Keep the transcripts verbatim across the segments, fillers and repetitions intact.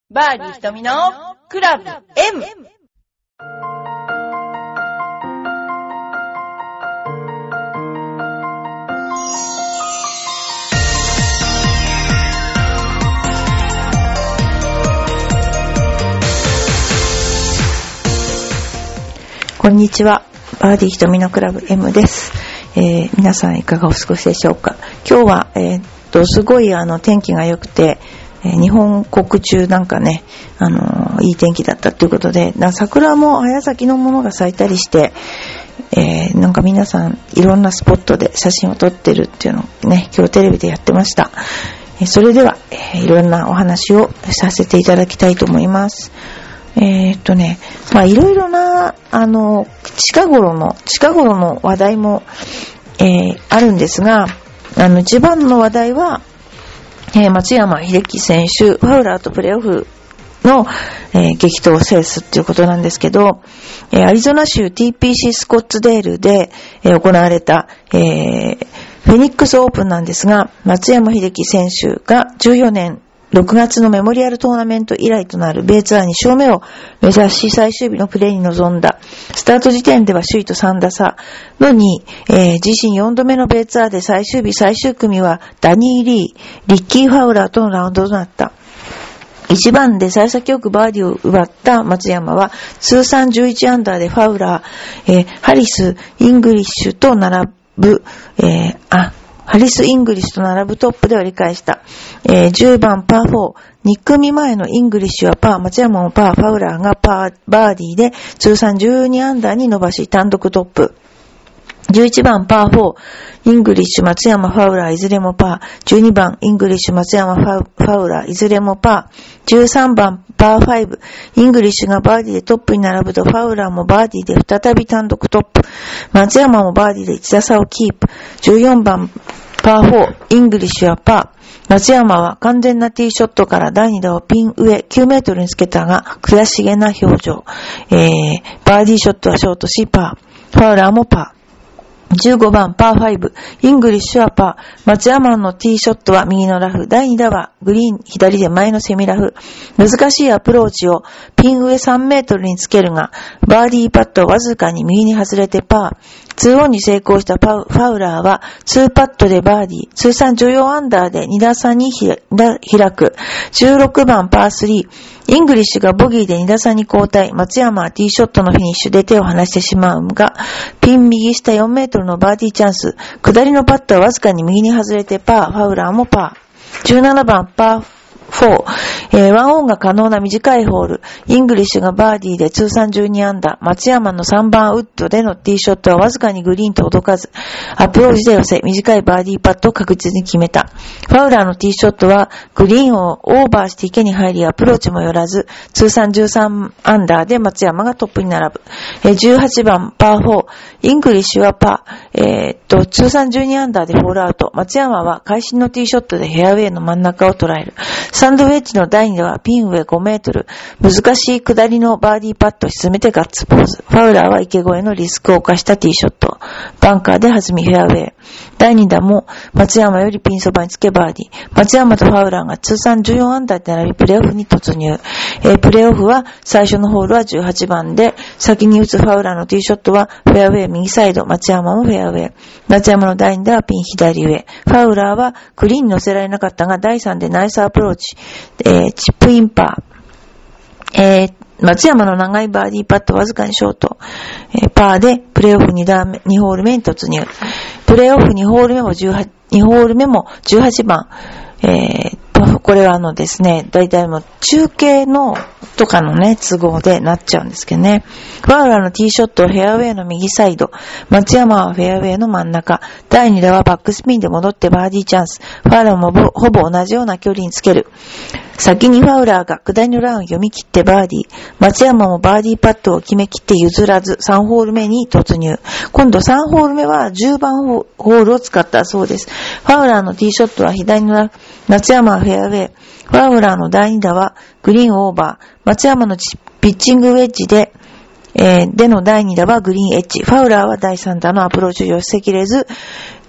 バーディー瞳のクラブ M。 こんにちは。バーディー瞳のクラブ M です。えー、皆さんいかがお過ごしでしょうか。今日は、えー、っとすごいあの天気が良くて、えー、日本国中なんかね、あのー、いい天気だったということで、桜も早咲きのものが咲いたりして、えー、なんか皆さんいろんなスポットで写真を撮ってるっていうのをね、今日テレビでやってました。えー、それでは、えー、いろんなお話をさせていただきたいと思います。えー、っとね、まあいろいろなあの近頃の近頃の話題も、えー、あるんですが、あの一番の話題は、えー、松山英樹選手、ファウラーとプレーオフの、えー、激闘を制すっていうことなんですけど、えー、アリゾナ州 ティーピーシー スコッツデールで、えー、行われた、えー、フェニックスオープンなんですが、松山英樹選手がじゅうよねんろくがつのメモリアルトーナメント以来となる米ツアーに勝目を目指し最終日のプレーに臨んだ。スタート時点では首位とさんだ差のに、えー、自身よんどめの米ツアーで最終日最終組はダニー・リー、リッキー・ファウラーとのラウンドとなった。いちばんで幸先よくバーディーを奪った松山は通算じゅういちアンダーでファウラー、えー、ハリス・イングリッシュと並ぶ、えー、あ、ハリス・イングリッシュと並ぶトップで折り返した。えー、じゅうばんパーフォー、に組前のイングリッシュはパー、松山もパー、ファウラーがパー、バーディーで通算じゅうにアンダーに伸ばし単独トップ。じゅういちばんパーフォー、イングリッシュ、松山、ファウラーいずれもパー。じゅうにばんイングリッシュ、松山、ファウ、ファウラーいずれもパー。じゅうさんばんパーファイブ、イングリッシュがバーディーでトップに並ぶとファウラーもバーディーで再び単独トップ。松山もバーディーでいち打差をキープ。じゅうよんばんパーフォー、イングリッシュはパー。松山は完全なティーショットからだいに打をピン上きゅうメートルにつけたが悔しげな表情。えー、バーディーショットはショートしパー。ファウラーもパー。じゅうごばんパーファイブ、イングリッシュはパー。松山のティーショットは右のラフ、だいに打はグリーン左で前のセミラフ。難しいアプローチをピン上さんメートルにつけるが、バーディーパットはわずかに右に外れてパー。ツーオンに成功したパウファウラーはツーパットでバーディー、通算じゅうよんアンダーでに打差に開く。じゅうろくばんパースリー、イングリッシュがボギーでに打差に後退。松山はティーショットのフィニッシュで手を離してしまうが、ピン右下よんメートルのバーディーチャンス。下りのパットはわずかに右に外れてパー、ファウラーもパー。じゅうななばんパーフォー、えー、ワンオンが可能な短いホール。イングリッシュがバーディーで通算じゅうにアンダー。松山のさんばんウッドでのティーショットはわずかにグリーンと届かず、アプローチで寄せ、短いバーディーパットを確実に決めた。ファウラーのティーショットはグリーンをオーバーして池に入り、アプローチも寄らず、通算じゅうさんアンダーで松山がトップに並ぶ。えー、じゅうはちばんパーフォー、イングリッシュはパー、えー、っと、通算じゅうにアンダーでホールアウト。松山は会心のティーショットでフェアウェイの真ん中を捉える。サンドウェッジのだいに打はピン上ごメートル。難しい下りのバーディーパットを沈めてガッツポーズ。ファウラーは池越えのリスクを冒したティーショット。バンカーで弾みフェアウェイ。だいに打も松山よりピンそばにつけバーディー。松山とファウラーが通算じゅうよんアンダーで並びプレーオフに突入。えー、プレーオフは最初のホールはじゅうはちばんで、先に打つファウラーのティーショットはフェアウェイ右サイド。松山もフェアウェイ。松山のだいに打はピン左上。ファウラーはグリーンに乗せられなかったがだいさんでナイスアプローチ。えー、チップインパー。えー松山の長いバーディーパットわずかにショート。えー、パーでプレーオフに打目、にホール目に突入。プレーオフにホール目もじゅうはち、にホール目もじゅうはちばん。えー、これはあのですね、だいたいもう中継のとかのね、都合でなっちゃうんですけどね。ファウラーのティーショットをフェアウェイの右サイド。松山はフェアウェイの真ん中。だいに打はバックスピンで戻ってバーディーチャンス。ファウラーもほぼ同じような距離につける。先にファウラーが下りのランを読み切ってバーディー。松山もバーディーパットを決め切って譲らずさんホール目に突入。今度さんホール目はじゅうばんホールを使ったそうです。ファウラーのティーショットは左のラフ。松山はフェアウェイ。ファウラーのだいに打はグリーンオーバー。松山のピッチングウェッジで、えー、でのだいに打はグリーンエッジ。ファウラーはだいさん打のアプローチを寄せきれず、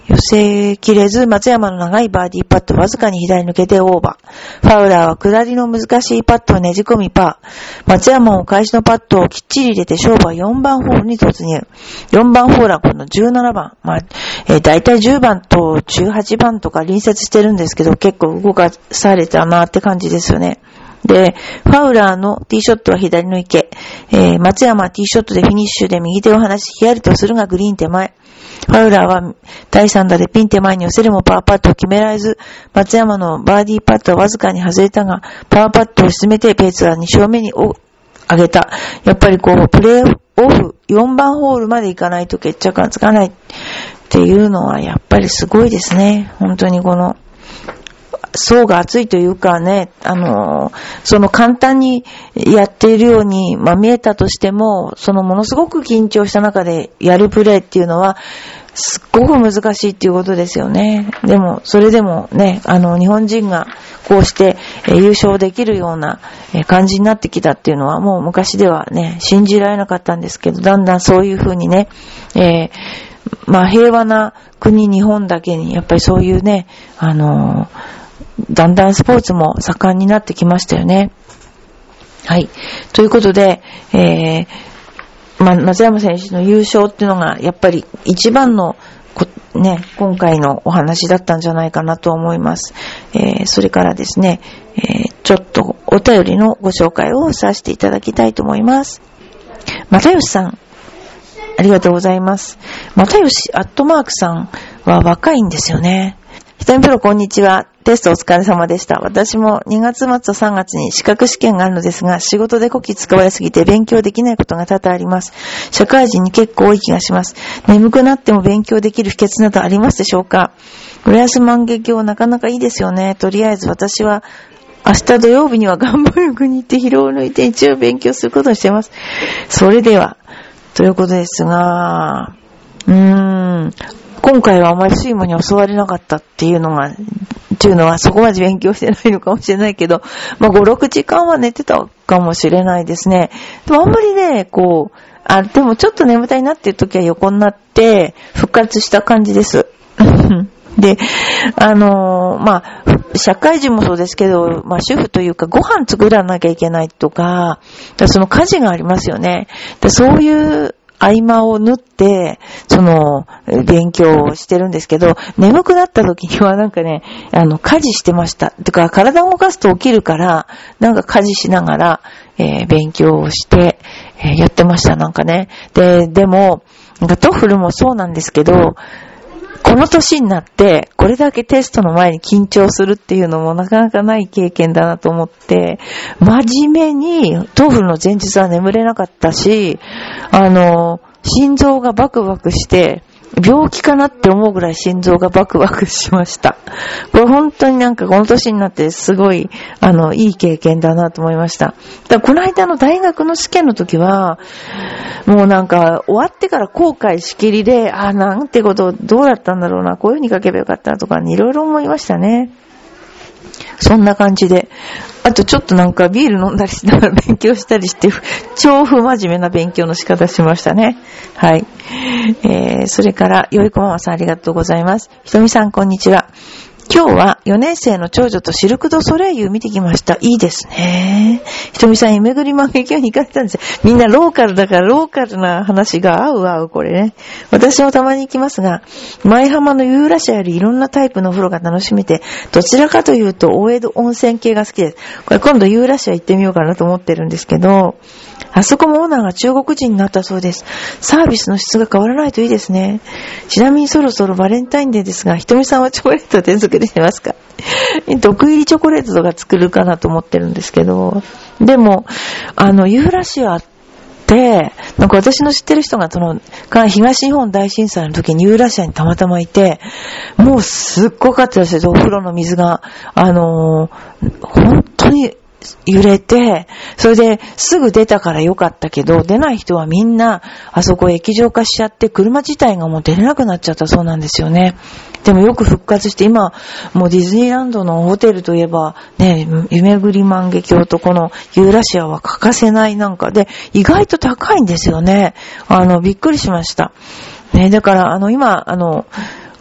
寄せきれず、松山の長いバーディーパットわずかに左抜けてオーバー。ファウラーは下りの難しいパットをねじ込みパー。松山も返しのパットをきっちり入れて勝負はよんばんホールに突入。よんばんホールはこのじゅうななばん。まあ、えー、だいたいじゅうばんとじゅうはちばんとか隣接してるんですけど、結構動かされたなって感じですよね。で、ファウラーのティーショットは左の池。えー、松山はティーショットでフィニッシュで右手を離し、ヒヤリとするがグリーン手前。ファウラーはだいさん打でピン手前に寄せるもパーパットを決められず、松山のバーディーパットはわずかに外れたが、パーパットを沈めてペースはに勝目に上げた。やっぱりこう、プレーオフよんばんホールまで行かないと決着がつかないっていうのはやっぱりすごいですね。本当にこの、層が厚いというかね、あの、その簡単にやっているように、まあ見えたとしても、そのものすごく緊張した中でやるプレーっていうのは、すっごく難しいっていうことですよね。でも、それでもね、あの、日本人がこうして、えー、優勝できるような、えー、感じになってきたっていうのは、もう昔ではね、信じられなかったんですけど、だんだんそういうふうにね、えー、まあ平和な国日本だけに、やっぱりそういうね、あのー、だんだんスポーツも盛んになってきましたよね。はい。ということで、えー、ま、松山選手の優勝っていうのが、やっぱり一番のこ、ね、今回のお話だったんじゃないかなと思います。えー、それからですね、えー、ちょっとお便りのご紹介をさせていただきたいと思います。又吉さん、ありがとうございます。又吉アットマークさんは若いんですよね。ひとみプロこんにちは。テストお疲れ様でした。私もにがつ末とさんがつに資格試験があるのですが、仕事でこき使われすぎて勉強できないことが多々あります。社会人に結構多い気がします。眠くなっても勉強できる秘訣などありますでしょうか？浦安万華鏡なかなかいいですよね。とりあえず私は明日土曜日には願望力に行って疲労を抜いて一応勉強することにしています。それでは、ということですが、うーん、今回はあまり睡魔に襲われなかったっていうのが、っていうのはそこまで勉強してないのかもしれないけど、まあご、ろくじかんは寝てたかもしれないですね。でもあんまりね、こう、あ、でもちょっと眠たいなっていう時は横になって復活した感じです。で、あのー、まあ、社会人もそうですけど、まあ主婦というかご飯作らなきゃいけないとか、その家事がありますよね。で、そういう合間を縫って、その、勉強をしてるんですけど、眠くなった時にはなんかね、あの、家事してました。てか、体を動かすと起きるから、なんか家事しながら、えー、勉強をして、えー、やってました、なんかね。で、でも、なんかトフルもそうなんですけど、この年になって、これだけテストの前に緊張するっていうのもなかなかない経験だなと思って、真面目に、トーフルの前日は眠れなかったし、あの、心臓がバクバクして、病気かなって思うぐらい心臓がバクバクしました。これ本当になんかこの年になってすごい、あの、いい経験だなと思いました。だからこの間の大学の試験の時は、もうなんか終わってから後悔しきりで、あ、なんてことどうだったんだろうな、こういう風に書けばよかったとかいろいろ思いましたね。そんな感じで。あとちょっとなんかビール飲んだりしながら勉強したりして、超不真面目な勉強の仕方しましたね。はい。えー、それから、よいこママさんありがとうございます。ひとみさんこんにちは。今日はよねん生の長女とシルク・ドゥ・ソレイユ見てきました。いいですね。ひとみさん、夢ぐり万華鏡に行かれたんですよ。みんなローカルだからローカルな話が合う合う、これね。私もたまに行きますが、舞浜のユーラシアよりいろんなタイプのお風呂が楽しめて、どちらかというと大江戸温泉系が好きです。これ今度ユーラシア行ってみようかなと思ってるんですけど、あそこもオーナーが中国人になったそうです。サービスの質が変わらないといいですね。ちなみにそろそろバレンタインデーですが、ひとみさんはチョコレート手作りしてますか？毒入りチョコレートとか作るかなと思ってるんですけど、でも、あの、ユーラシアって、なんか私の知ってる人がその、東日本大震災の時にユーラシアにたまたまいて、もうすっごかったですよ、お風呂の水が。あのー、本当に、揺れて、それですぐ出たからよかったけど、出ない人はみんなあそこ液状化しちゃって車自体がもう出れなくなっちゃったそうなんですよね。でもよく復活して今もうディズニーランドのホテルといえばね、夢ぐり万華鏡とこのユーラシアは欠かせないなんかで、意外と高いんですよね。あのびっくりしました。ね、だからあの今あの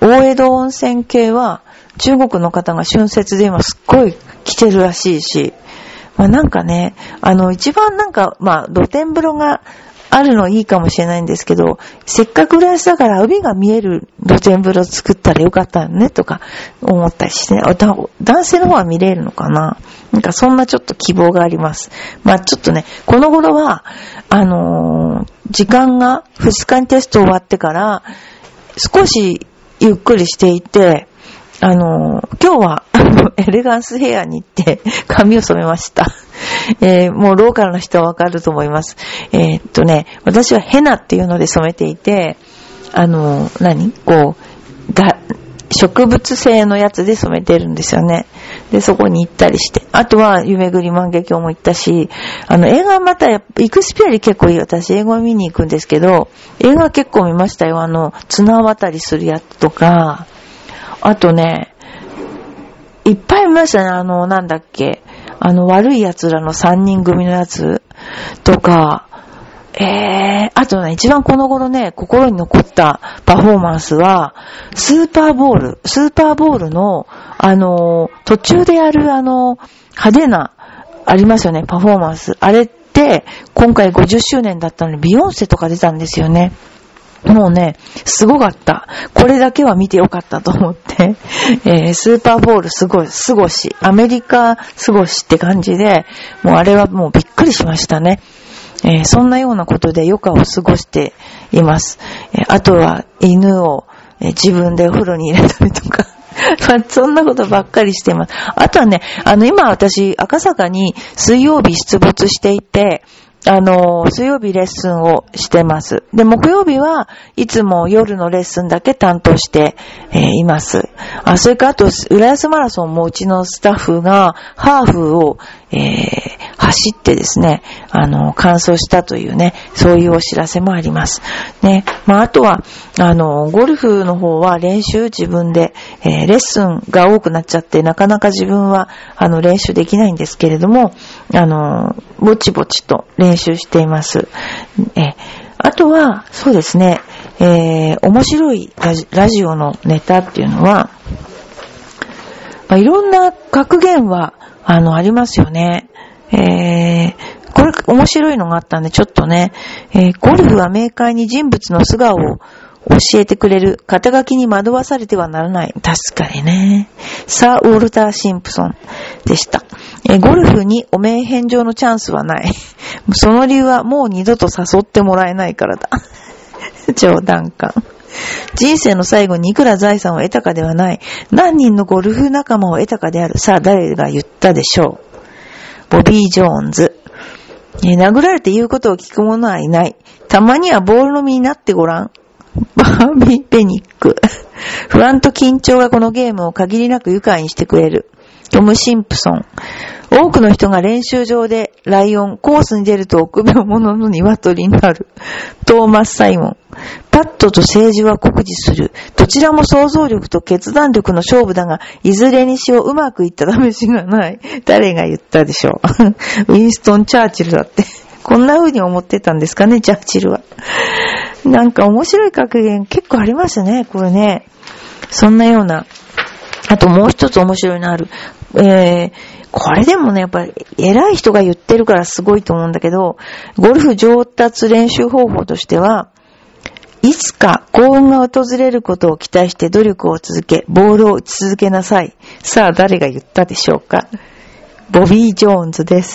大江戸温泉系は中国の方が春節で今すっごい来てるらしいし、まあなんかね、あの一番なんか、まあ露天風呂があるのいいかもしれないんですけど、せっかく浦安だから海が見える露天風呂作ったらよかったよねとか思ったりしてね、男性の方は見れるのかな、なんかそんなちょっと希望があります。まあちょっとね、この頃はあのー、時間がふつかにテスト終わってから少しゆっくりしていて、あのー、今日はエレガンスヘアに行って髪を染めました。えー、もうローカルの人はわかると思います。えー、っとね、私はヘナっていうので染めていて、あのー、何こう、だ、植物性のやつで染めてるんですよね。で、そこに行ったりして。あとは、夢ぐり万華鏡も行ったし、あの、映画また、イクスピアリ結構いい。私、映画見に行くんですけど、映画結構見ましたよ。あの、綱渡りするやつとか、あとね、いっぱい見ましたね。あの、なんだっけ。あの、悪い奴らのさんにん組のやつとか、えー、あとね、一番この頃ね、心に残ったパフォーマンスは、スーパーボール、スーパーボールの、あの、途中でやるあの、派手な、ありますよね、パフォーマンス。あれって、今回ごじゅっしゅうねんだったのに、ビヨンセとか出たんですよね。もうね、すごかった。これだけは見てよかったと思って、えー、スーパーボールすごい、すごし、アメリカすごしって感じで、もうあれはもうびっくりしましたね。えー、そんなようなことで余暇を過ごしています。えー、あとは犬を、えー、自分でお風呂に入れたりとか、まあ、そんなことばっかりしています。あとはね、あの今私赤坂に水曜日出没していて、あの、水曜日レッスンをしてます。で、木曜日はいつも夜のレッスンだけ担当して、えー、います。あ、それからあと、浦安マラソンもうちのスタッフがハーフを、えー、走ってですね、あの、完走したというね、そういうお知らせもあります。ね。まあ、あとは、あの、ゴルフの方は練習自分で、えー、レッスンが多くなっちゃって、なかなか自分は、あの、練習できないんですけれども、あの、ぼちぼちと練習しています。え、あとは、そうですね、えー、面白いラジ、ラジオのネタっていうのは、まあ、いろんな格言は、あの、ありますよね。えー、これ面白いのがあったんで、ちょっとね、えー、ゴルフは明快に人物の素顔を教えてくれる。肩書きに惑わされてはならない。確かにね。サー・ウォルター・シンプソンでした。えー、ゴルフに汚名返上のチャンスはない。その理由はもう二度と誘ってもらえないからだ。冗談か。人生の最後にいくら財産を得たかではない。何人のゴルフ仲間を得たかである。さあ、誰が言ったでしょう。ボビー・ジョーンズ。えー、殴られて言うことを聞く者はいない。たまにはボールの身になってごらん。バービー・ペニック。不安と緊張がこのゲームを限りなく愉快にしてくれる。トム・シンプソン。多くの人が練習場でライオン、コースに出ると臆病者の鶏になる。トーマス・サイモン。パットと政治は酷似する。どちらも想像力と決断力の勝負だが、いずれにしろうまくいった試しがない。誰が言ったでしょう。ウィンストン・チャーチルだって。こんな風に思ってたんですかね、チャーチルは。なんか面白い格言結構ありますね、これね。そんなような。あともう一つ面白いのある。えー、これでもね、やっぱり偉い人が言ってるからすごいと思うんだけど、ゴルフ上達練習方法としては、いつか幸運が訪れることを期待して努力を続け、ボールを打ち続けなさい。さあ、誰が言ったでしょうか。ボビー・ジョーンズです。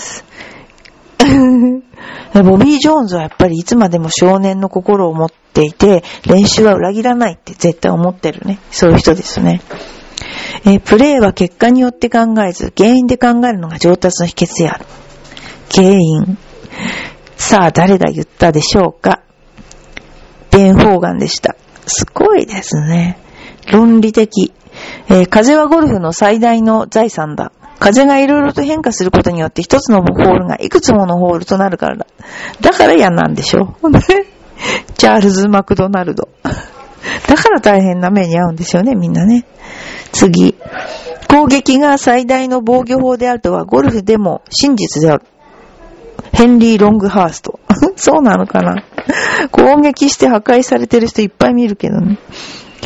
ボビー・ジョーンズはやっぱりいつまでも少年の心を持っていて、練習は裏切らないって絶対思ってるね。そういう人ですね。えー、プレーは結果によって考えず、原因で考えるのが上達の秘訣である。原因。さあ、誰が言ったでしょうか。ベン・ホーガンでした。すごいですね。論理的。えー、風はゴルフの最大の財産だ。風がいろいろと変化することによって一つのホールがいくつものホールとなるからだ。だから嫌なんでしょう。チャールズ・マクドナルド。だから大変な目に遭うんですよね、みんなね。次。攻撃が最大の防御法であるとはゴルフでも真実である。ヘンリー・ロングハースト。そうなのかな。攻撃して破壊されてる人いっぱい見るけどね。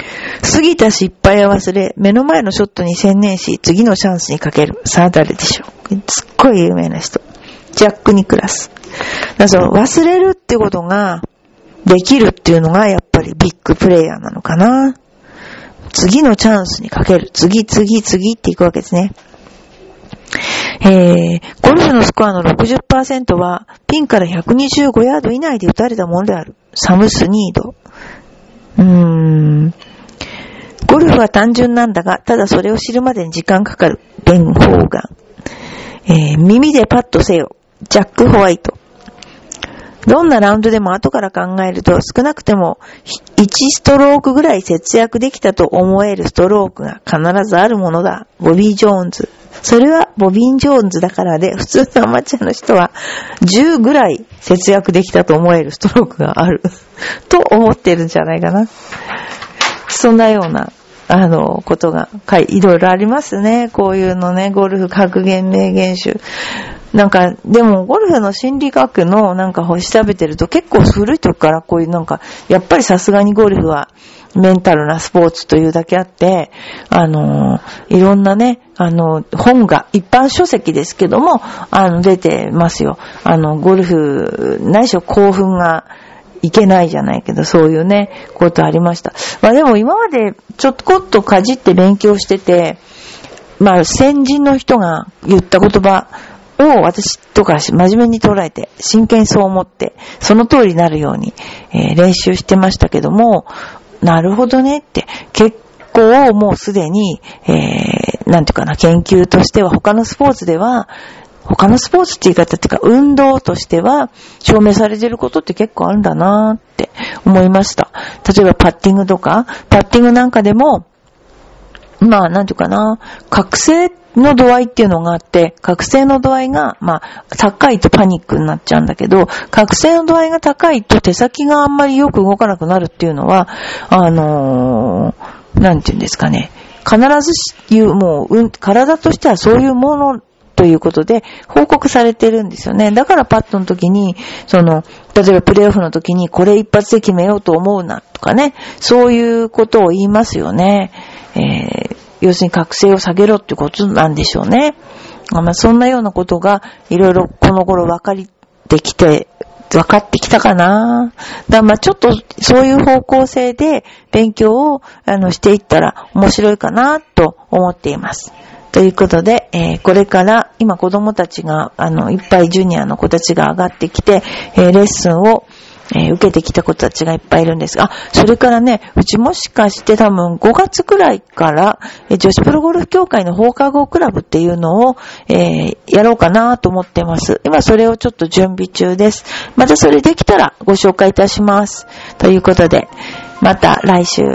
過ぎた失敗は忘れ、目の前のショットに専念し、次のチャンスにかける。さあ誰でしょう。すっごい有名な人。ジャック・ニクラス。だからその忘れるってことができるっていうのがやっぱりビッグプレイヤーなのかな。次のチャンスにかける。次、次、次っていくわけですね。えー、ゴルフのスコアの ろくじゅっパーセント はピンからひゃくにじゅうごヤード以内で打たれたものである。サム・スニード。うーん。ゴルフは単純なんだが、ただそれを知るまでに時間かかる。ベン・ホーガン。えー、耳でパッとせよ。ジャック・ホワイト。どんなラウンドでも後から考えると少なくてもいちストロークぐらい節約できたと思えるストロークが必ずあるものだ。ボビー・ジョーンズ。それはボビー・ジョーンズだからで、普通のアマチュアの人はじゅうぐらい節約できたと思えるストロークがあると思ってるんじゃないかな。そんなようなあのことがいろいろありますね。こういうのね、ゴルフ格言名言集。なんか、でも、ゴルフの心理学のなんか調べてると結構古い時からこういうなんか、やっぱりさすがにゴルフはメンタルなスポーツというだけあって、あの、いろんなね、あの、本が、一般書籍ですけども、あの、出てますよ。あの、ゴルフ、ないしょ興奮がいけないじゃないけど、そういうね、ことありました。まあでも今までちょっとこっとかじって勉強してて、まあ先人の人が言った言葉、を私とか真面目に捉えて真剣にそう思ってその通りになるように、えー、練習してましたけども、なるほどねって結構もうすでに、えー、なんていうかな、研究としては他のスポーツでは他のスポーツって言い方っていうか運動としては証明されていることって結構あるんだなーって思いました。例えばパッティングとかパッティングなんかでもまあなんていうかな、覚醒の度合いっていうのがあって、覚醒の度合いが、まあ、高いとパニックになっちゃうんだけど、覚醒の度合いが高いと手先があんまりよく動かなくなるっていうのは、あのー、なんていうんですかね、必ずし、もう、うん、体としてはそういうものということで報告されてるんですよね。だからパットの時に、その、例えばプレイオフの時にこれ一発で決めようと思うなとかね、そういうことを言いますよね。えー要するに覚醒を下げろってことなんでしょうね。まあ、そんなようなことがいろいろこの頃分かってきて、分かってきたかな。だまあちょっとそういう方向性で勉強をあのしていったら面白いかなと思っています。ということで、えー、これから今子供たちがあのいっぱいジュニアの子たちが上がってきて、えー、レッスンをえー、受けてきた子たちがいっぱいいるんですが、あ、それからね、うちもしかして多分ごがつくらいから、えー、女子プロゴルフ協会の放課後クラブっていうのを、えー、やろうかなと思ってます。今それをちょっと準備中です。またそれできたらご紹介いたします。ということで、また来週。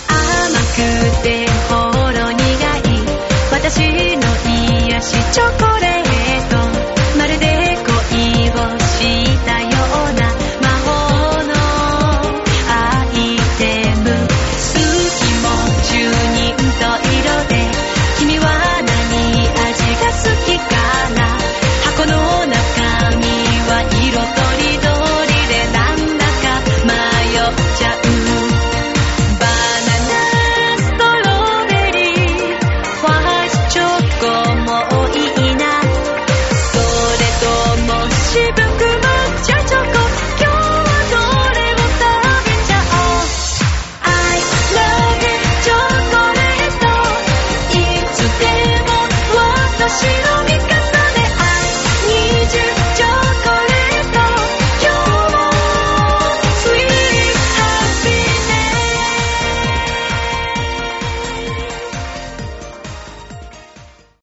私の癒しチョコ